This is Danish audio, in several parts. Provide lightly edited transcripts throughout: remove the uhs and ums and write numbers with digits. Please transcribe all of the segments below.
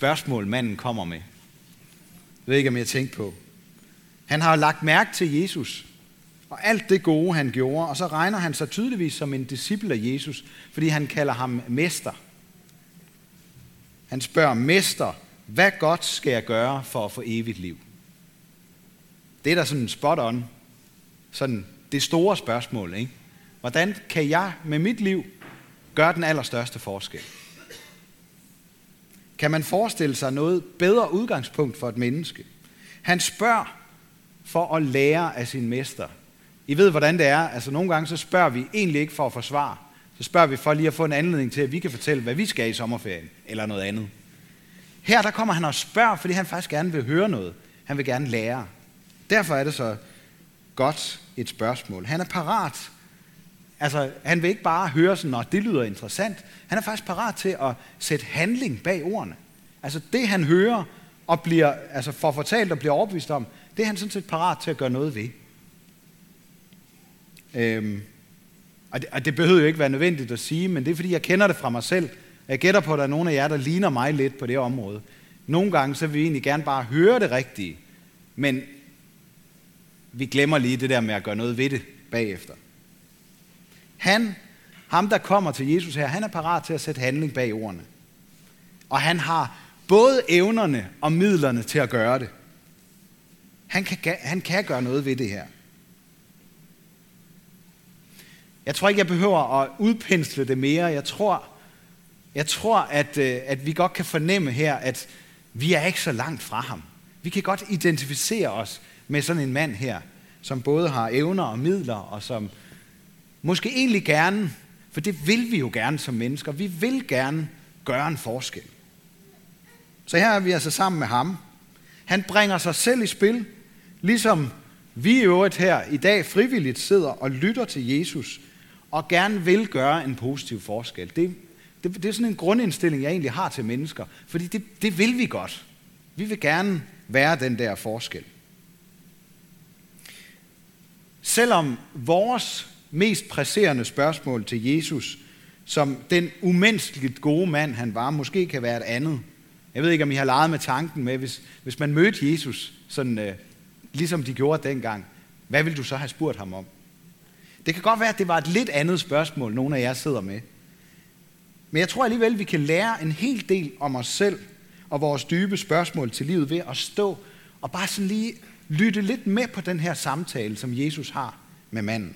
spørgsmål, manden kommer med. Jeg ved ikke, om jeg tænkte på. Han har lagt mærke til Jesus, og alt det gode, han gjorde, og så regner han sig tydeligvis som en disciple af Jesus, fordi han kalder ham mester. Han spørger, mester, hvad godt skal jeg gøre for at få evigt liv? Det er da sådan spot on. Sådan det store spørgsmål, ikke? Hvordan kan jeg med mit liv gøre den allerstørste forskel? Kan man forestille sig noget bedre udgangspunkt for et menneske? Han spørger for at lære af sin mester. I ved, hvordan det er. Altså nogle gange så spørger vi egentlig ikke for at forsvare. Så spørger vi for lige at få en anledning til, at vi kan fortælle, hvad vi skal i sommerferien, eller noget andet. Her der kommer han og spørger, fordi han faktisk gerne vil høre noget. Han vil gerne lære. Derfor er det så godt et spørgsmål. Han er parat. Altså, han vil ikke bare høre sådan, at det lyder interessant. Han er faktisk parat til at sætte handling bag ordene. Altså det, han hører og bliver, altså får fortalt og bliver overbevist om, det er han sådan set parat til at gøre noget ved. Og det behøver jo ikke være nødvendigt at sige, men det er, fordi jeg kender det fra mig selv. Jeg gætter på, at der er nogle af jer, der ligner mig lidt på det område. Nogle gange, så vil vi egentlig gerne bare høre det rigtige, men vi glemmer lige det der med at gøre noget ved det bagefter. Ham der kommer til Jesus her, han er parat til at sætte handling bag ordene. Og han har både evnerne og midlerne til at gøre det. Han kan gøre noget ved det her. Jeg tror ikke, jeg behøver at udpensle det mere. Jeg tror at vi godt kan fornemme her, at vi er ikke så langt fra ham. Vi kan godt identificere os med sådan en mand her, som både har evner og midler, og som måske egentlig gerne, for det vil vi jo gerne som mennesker, vi vil gerne gøre en forskel. Så her er vi altså sammen med ham. Han bringer sig selv i spil, ligesom vi i øvrigt her i dag frivilligt sidder og lytter til Jesus, og gerne vil gøre en positiv forskel. Det er sådan en grundindstilling, jeg egentlig har til mennesker, fordi det vil vi godt. Vi vil gerne være den der forskel. Selvom vores mest presserende spørgsmål til Jesus, som den umenneskeligt gode mand han var, måske kan være et andet. Jeg ved ikke, om I har leget med tanken med, hvis man mødte Jesus, sådan, ligesom de gjorde dengang, hvad ville du så have spurgt ham om? Det kan godt være, at det var et lidt andet spørgsmål, nogle af jer sidder med. Men jeg tror alligevel, vi kan lære en hel del om os selv og vores dybe spørgsmål til livet ved at stå og bare sådan lige lytte lidt med på den her samtale, som Jesus har med manden.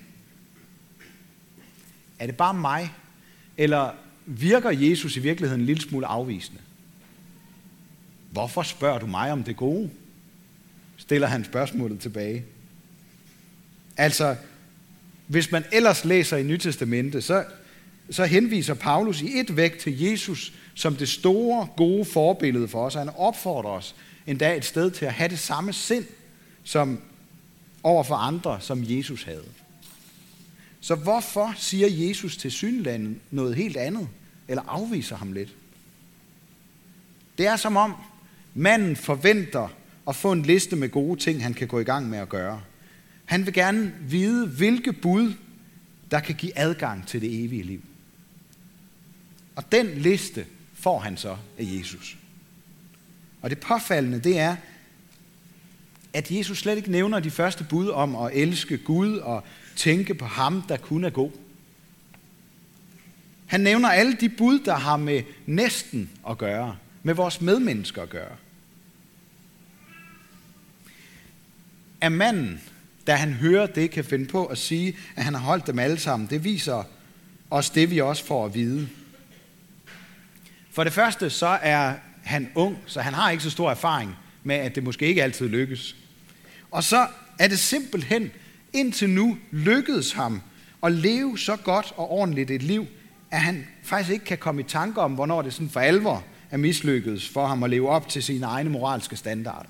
Er det bare mig, eller virker Jesus i virkeligheden en lille smule afvisende? Hvorfor spørger du mig om det gode? Stiller han spørgsmålet tilbage. Altså, hvis man ellers læser i Nyt Testamente, så henviser Paulus i et væk til Jesus som det store, gode forbillede for os. Han opfordrer os endda et sted til at have det samme sind som over for andre, som Jesus havde. Så hvorfor siger Jesus til synlandet noget helt andet, eller afviser ham lidt? Det er som om manden forventer at få en liste med gode ting, han kan gå i gang med at gøre. Han vil gerne vide, hvilke bud, der kan give adgang til det evige liv. Og den liste får han så af Jesus. Og det påfaldende, det er, at Jesus slet ikke nævner de første bud om at elske Gud og tænke på ham, der kun er god. Han nævner alle de bud, der har med næsten at gøre, med vores medmennesker at gøre. At manden, da han hører det, kan finde på at sige, at han har holdt dem alle sammen, det viser os det, vi også får at vide. For det første, så er han ung, så han har ikke så stor erfaring med, at det måske ikke altid lykkes. Og så er det simpelthen indtil nu lykkedes ham at leve så godt og ordentligt et liv, at han faktisk ikke kan komme i tanke om, hvornår det sådan for alvor er mislykkedes for ham at leve op til sine egne moralske standarder.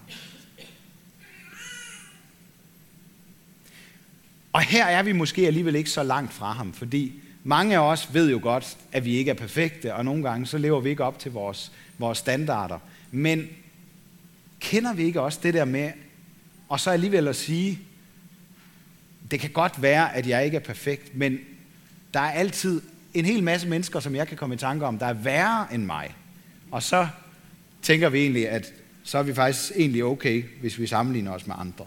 Og her er vi måske alligevel ikke så langt fra ham, fordi mange af os ved jo godt, at vi ikke er perfekte, og nogle gange så lever vi ikke op til vores standarder. Men kender vi ikke også det der med, og så alligevel at sige, det kan godt være, at jeg ikke er perfekt, men der er altid en hel masse mennesker, som jeg kan komme i tanke om, der er værre end mig. Og så tænker vi egentlig, at så er vi faktisk egentlig okay, hvis vi sammenligner os med andre.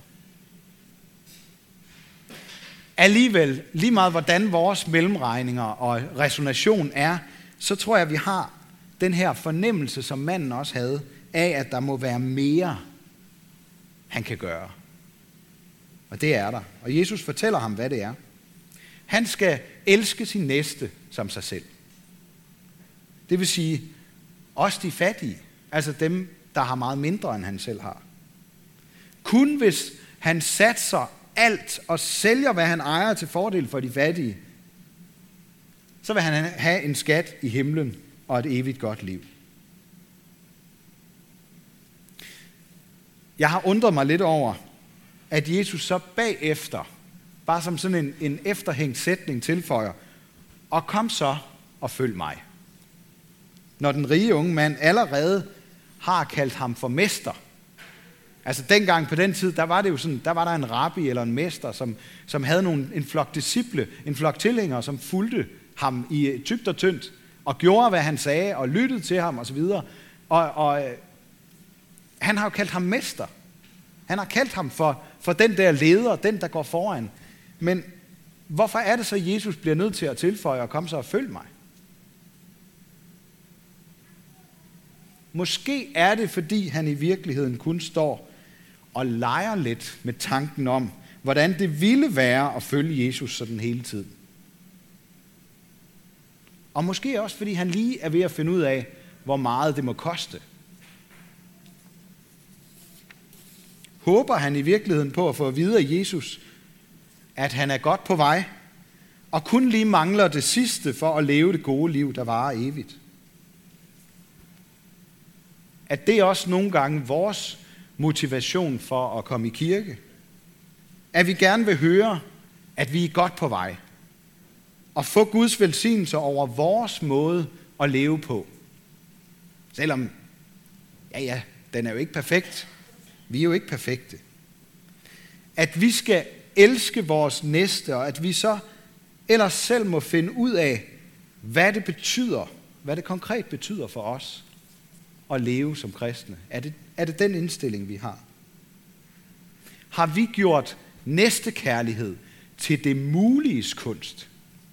Alligevel, lige meget hvordan vores mellemregninger og resonation er, så tror jeg, at vi har den her fornemmelse, som manden også havde, af at der må være mere, han kan gøre. Og det er der. Og Jesus fortæller ham, hvad det er. Han skal elske sin næste som sig selv. Det vil sige, også de fattige, altså dem, der har meget mindre, end han selv har. Kun hvis han satser alt og sælger, hvad han ejer til fordel for de fattige, så vil han have en skat i himlen og et evigt godt liv. Jeg har undret mig lidt over, at Jesus så bagefter, bare som sådan en efterhængt sætning tilføjer, og kom så og følg mig. Når den rige unge mand allerede har kaldt ham for mester. Altså dengang på den tid, der var det jo sådan, der var der en rabbi eller en mester, som havde en flok disciple, en flok tilhængere, som fulgte ham i tykt og tyndt, og gjorde, hvad han sagde, og lyttede til ham osv. Og han har jo kaldt ham mester. Han har kaldt ham for den der leder, den der går foran. Men hvorfor er det så, at Jesus bliver nødt til at tilføje og komme så og følg mig? Måske er det, fordi han i virkeligheden kun står og leger lidt med tanken om, hvordan det ville være at følge Jesus sådan hele tiden. Og måske også, fordi han lige er ved at finde ud af, hvor meget det må koste. Håber han i virkeligheden på at få at vide af Jesus, at han er godt på vej, og kun lige mangler det sidste for at leve det gode liv, der varer evigt? At det også nogle gange vores motivation for at komme i kirke. At vi gerne vil høre, at vi er godt på vej. Og få Guds velsignelse over vores måde at leve på. Selvom, den er jo ikke perfekt. Vi er jo ikke perfekte. At vi skal elske vores næste, og at vi så ellers selv må finde ud af, hvad det betyder, hvad det konkret betyder for os at leve som kristne. Er det den indstilling, vi har? Har vi gjort næstekærlighed til det muliges kunst?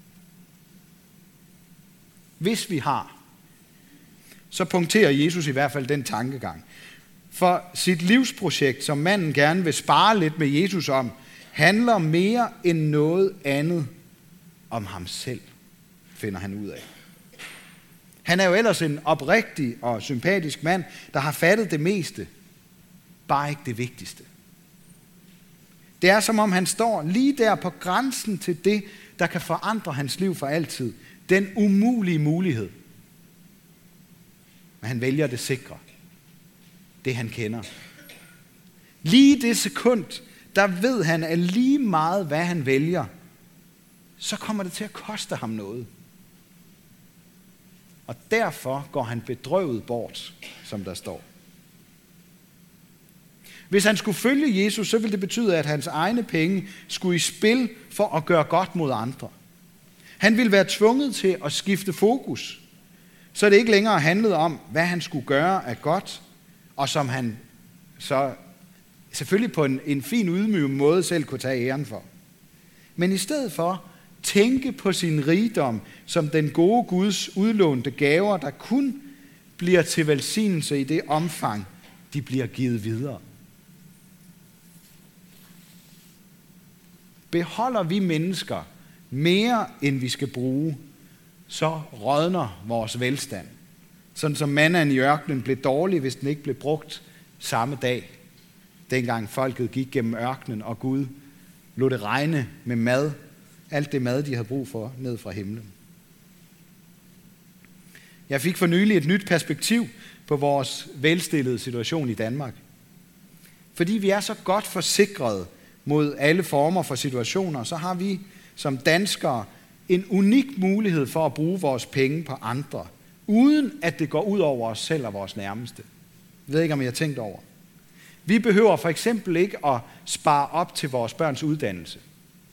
Hvis vi har, så punkterer Jesus i hvert fald den tankegang. For sit livsprojekt, som manden gerne vil spare lidt med Jesus om, handler mere end noget andet om ham selv, finder han ud af. Han er jo ellers en oprigtig og sympatisk mand, der har fattet det meste, bare ikke det vigtigste. Det er som om han står lige der på grænsen til det, der kan forandre hans liv for altid. Den umulige mulighed. Men han vælger det sikre. Det han kender. Lige det sekund, der ved han, at lige meget hvad han vælger, så kommer det til at koste ham noget. Og derfor går han bedrøvet bort, som der står. Hvis han skulle følge Jesus, så ville det betyde, at hans egne penge skulle i spil for at gøre godt mod andre. Han ville være tvunget til at skifte fokus, så det ikke længere handlede om, hvad han skulle gøre af godt, og som han så selvfølgelig på en fin ydmyg måde selv kunne tage æren for. Men i stedet for tænke på sin rigdom som den gode Guds udlånte gaver, der kun bliver til velsignelse i det omfang, de bliver givet videre. Beholder vi mennesker mere, end vi skal bruge, så rådner vores velstand. Sådan som mannaen i ørkenen blev dårlig, hvis den ikke blev brugt samme dag. Dengang folket gik gennem ørkenen, og Gud lod det regne med mad. Alt det mad, de havde brug for, ned fra himlen. Jeg fik for nylig et nyt perspektiv på vores velstillede situation i Danmark. Fordi vi er så godt forsikret mod alle former for situationer, så har vi som danskere en unik mulighed for at bruge vores penge på andre, uden at det går ud over os selv og vores nærmeste. Jeg ved ikke, om I har tænkt over. Vi behøver for eksempel ikke at spare op til vores børns uddannelse,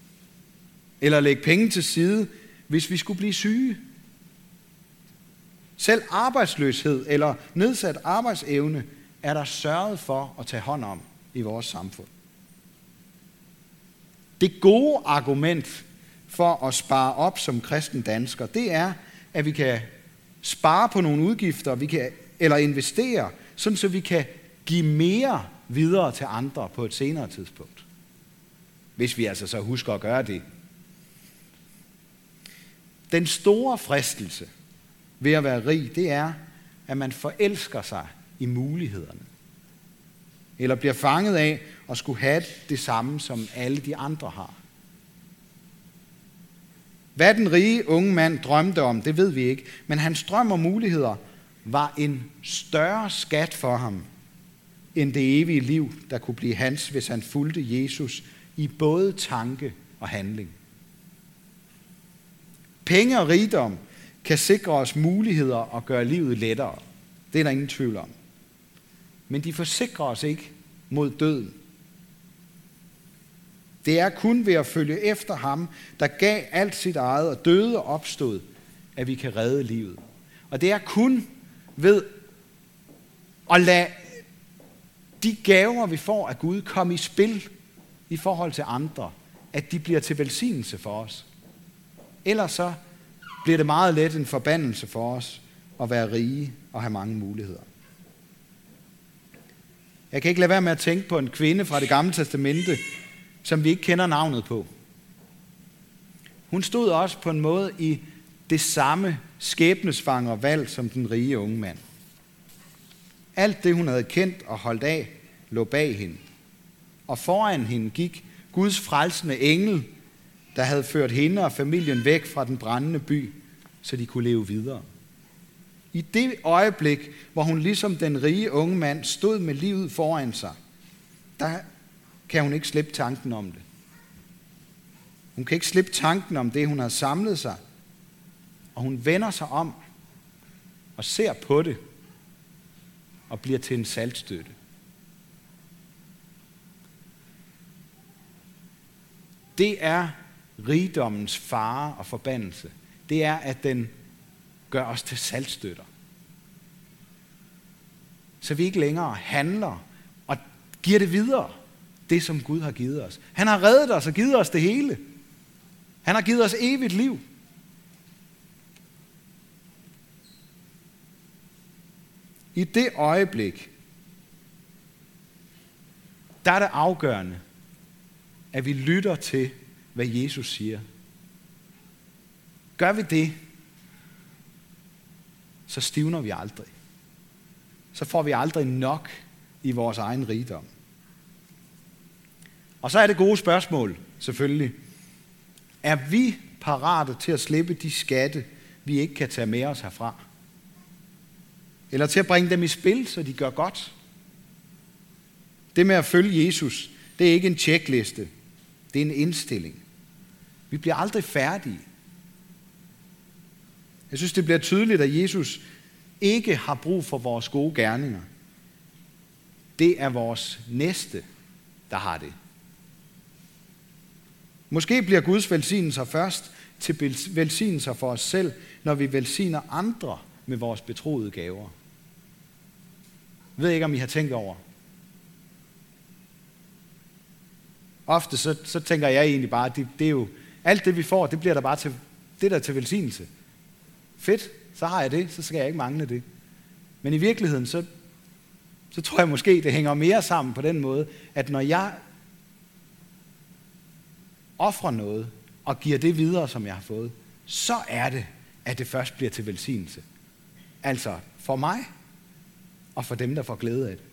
eller lægge penge til side, hvis vi skulle blive syge. Selv arbejdsløshed eller nedsat arbejdsevne er der sørget for at tage hånd om i vores samfund. Det gode argument for at spare op som kristen dansker, det er, at vi kan spare på nogle udgifter, eller investere, sådan så vi kan give mere videre til andre på et senere tidspunkt. Hvis vi altså så husker at gøre det. Den store fristelse ved at være rig, det er, at man forelsker sig i mulighederne. Eller bliver fanget af at skulle have det samme, som alle de andre har. Hvad den rige unge mand drømte om, det ved vi ikke. Men hans drøm og muligheder var en større skat for ham, end det evige liv, der kunne blive hans, hvis han fulgte Jesus i både tanke og handling. Penge og rigdom kan sikre os muligheder og gøre livet lettere. Det er der ingen tvivl om. Men de forsikrer os ikke mod døden. Det er kun ved at følge efter ham, der gav alt sit eget og døde og opstod, at vi kan redde livet. Og det er kun ved at lade de gaver, vi får af Gud, komme i spil i forhold til andre, at de bliver til velsignelse for os. Ellers så bliver det meget let en forbandelse for os at være rige og have mange muligheder. Jeg kan ikke lade være med at tænke på en kvinde fra Det Gamle Testamente, som vi ikke kender navnet på. Hun stod også på en måde i det samme skæbnesvangervalg som den rige unge mand. Alt det, hun havde kendt og holdt af, lå bag hende. Og foran hende gik Guds frelsende engel, der havde ført hende og familien væk fra den brændende by, så de kunne leve videre. I det øjeblik, hvor hun ligesom den rige unge mand stod med livet foran sig, der kan hun ikke slippe tanken om det. Hun kan ikke slippe tanken om det, hun har samlet sig, og hun vender sig om og ser på det og bliver til en saltstøtte. Det er rigdommens fare og forbandelse. Det er, at den gør os til saltstøtter. Så vi ikke længere handler og giver det videre, det som Gud har givet os. Han har reddet os og givet os det hele. Han har givet os evigt liv. I det øjeblik, der er det afgørende, at vi lytter til, hvad Jesus siger. Gør vi det, så stivner vi aldrig. Så får vi aldrig nok i vores egen rigdom. Og så er det gode spørgsmål, selvfølgelig. Er vi parate til at slippe de skatte, vi ikke kan tage med os herfra? Eller til at bringe dem i spil, så de gør godt? Det med at følge Jesus, det er ikke en tjekliste. Det er en indstilling. Vi bliver aldrig færdige. Jeg synes, det bliver tydeligt, at Jesus ikke har brug for vores gode gerninger. Det er vores næste, der har det. Måske bliver Guds velsignelser først til velsignelser for os selv, når vi velsigner andre med vores betroede gaver. Jeg ved ikke, om I har tænkt over. Ofte så tænker jeg egentlig bare, at det er jo alt det, vi får, det bliver der bare til, det der til velsignelse. Fedt, så har jeg det, så skal jeg ikke mangle det. Men i virkeligheden, så tror jeg måske, det hænger mere sammen på den måde, at når jeg ofrer noget og giver det videre, som jeg har fået, så er det, at det først bliver til velsignelse. Altså for mig og for dem, der får glæde af det.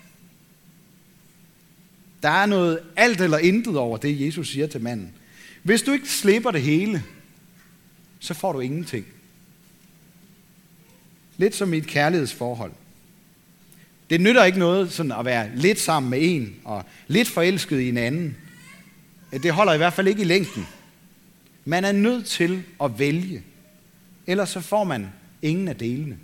Der er noget alt eller intet over det, Jesus siger til manden. Hvis du ikke slipper det hele, så får du ingenting. Lidt som i et kærlighedsforhold. Det nytter ikke noget sådan at være lidt sammen med en og lidt forelsket i en anden. Det holder i hvert fald ikke i længden. Man er nødt til at vælge. Ellers så får man ingen af delene.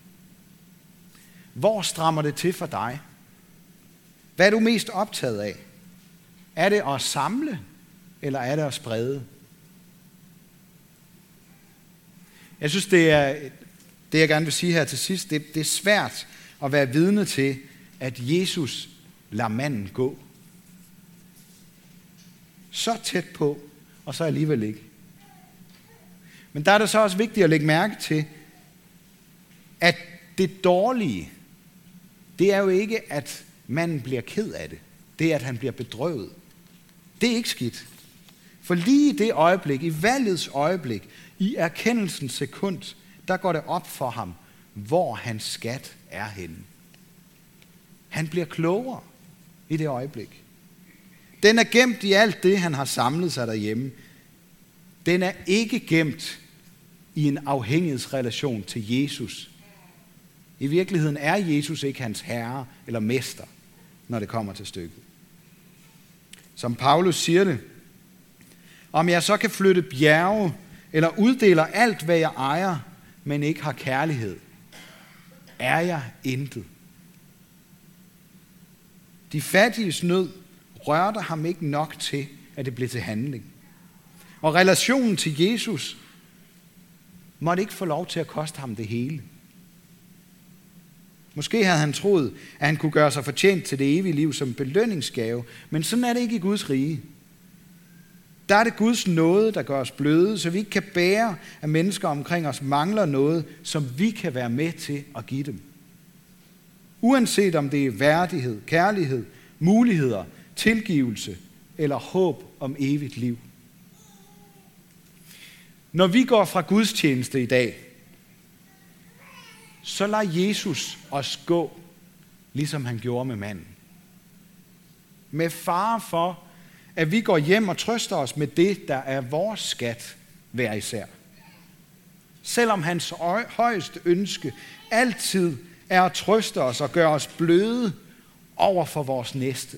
Hvor strammer det til for dig? Hvad er du mest optaget af? Er det at samle, eller er det at sprede? Jeg synes, det er Det jeg gerne vil sige her til sidst, det er svært at være vidne til, at Jesus lader manden gå. Så tæt på, og så alligevel ikke. Men der er det så også vigtigt at lægge mærke til, at det dårlige, det er jo ikke, at manden bliver ked af det. Det er, at han bliver bedrøvet. Det er ikke skidt. For lige i det øjeblik, i valgets øjeblik, i erkendelsens sekund, der går det op for ham, hvor hans skat er henne. Han bliver klogere i det øjeblik. Den er gemt i alt det, han har samlet sig derhjemme. Den er ikke gemt i en afhængighedsrelation til Jesus. I virkeligheden er Jesus ikke hans herre eller mester, når det kommer til stykket. Som Paulus siger det, om jeg så kan flytte bjerge eller uddeler alt, hvad jeg ejer, men ikke har kærlighed, er jeg intet. De fattiges nød rørte ham ikke nok til, at det blev til handling. Og relationen til Jesus måtte ikke få lov til at koste ham det hele. Måske havde han troet, at han kunne gøre sig fortjent til det evige liv som belønningsgave, men sådan er det ikke i Guds rige. Der er det Guds nåde, der gør os bløde, så vi ikke kan bære, at mennesker omkring os mangler noget, som vi kan være med til at give dem. Uanset om det er værdighed, kærlighed, muligheder, tilgivelse eller håb om evigt liv. Når vi går fra gudstjeneste i dag, så lader Jesus os gå, ligesom han gjorde med manden. Med fare for, at vi går hjem og trøster os med det, der er vores skat hver især. Selvom hans højeste ønske altid er at trøste os og gøre os bløde over for vores næste.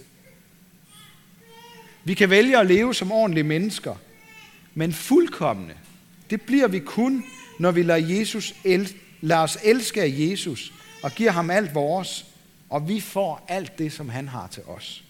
Vi kan vælge at leve som ordentlige mennesker, men fuldkomne, det bliver vi kun, når vi lader os elske af Jesus og giver ham alt vores, og vi får alt det, som han har til os.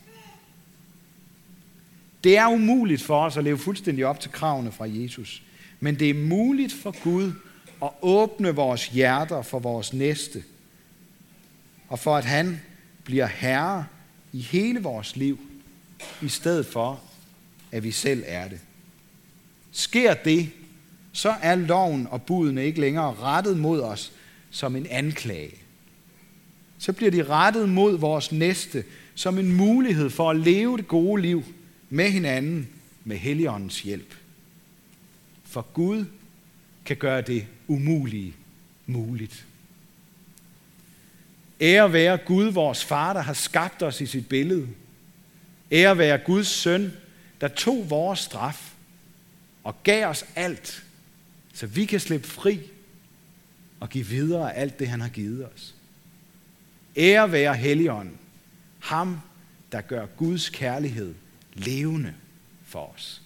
Det er umuligt for os at leve fuldstændig op til kravene fra Jesus, men det er muligt for Gud at åbne vores hjerter for vores næste, og for at han bliver herre i hele vores liv, i stedet for, at vi selv er det. Sker det, så er loven og budene ikke længere rettet mod os som en anklage. Så bliver de rettet mod vores næste som en mulighed for at leve det gode liv med hinanden med Helligåndens hjælp. For Gud kan gøre det umulige muligt. Ære være Gud, vores far, der har skabt os i sit billede. Ære være Guds søn, der tog vores straf og gav os alt, så vi kan slippe fri og give videre alt det, han har givet os. Ære være Helligånden, ham, der gør Guds kærlighed levende for os.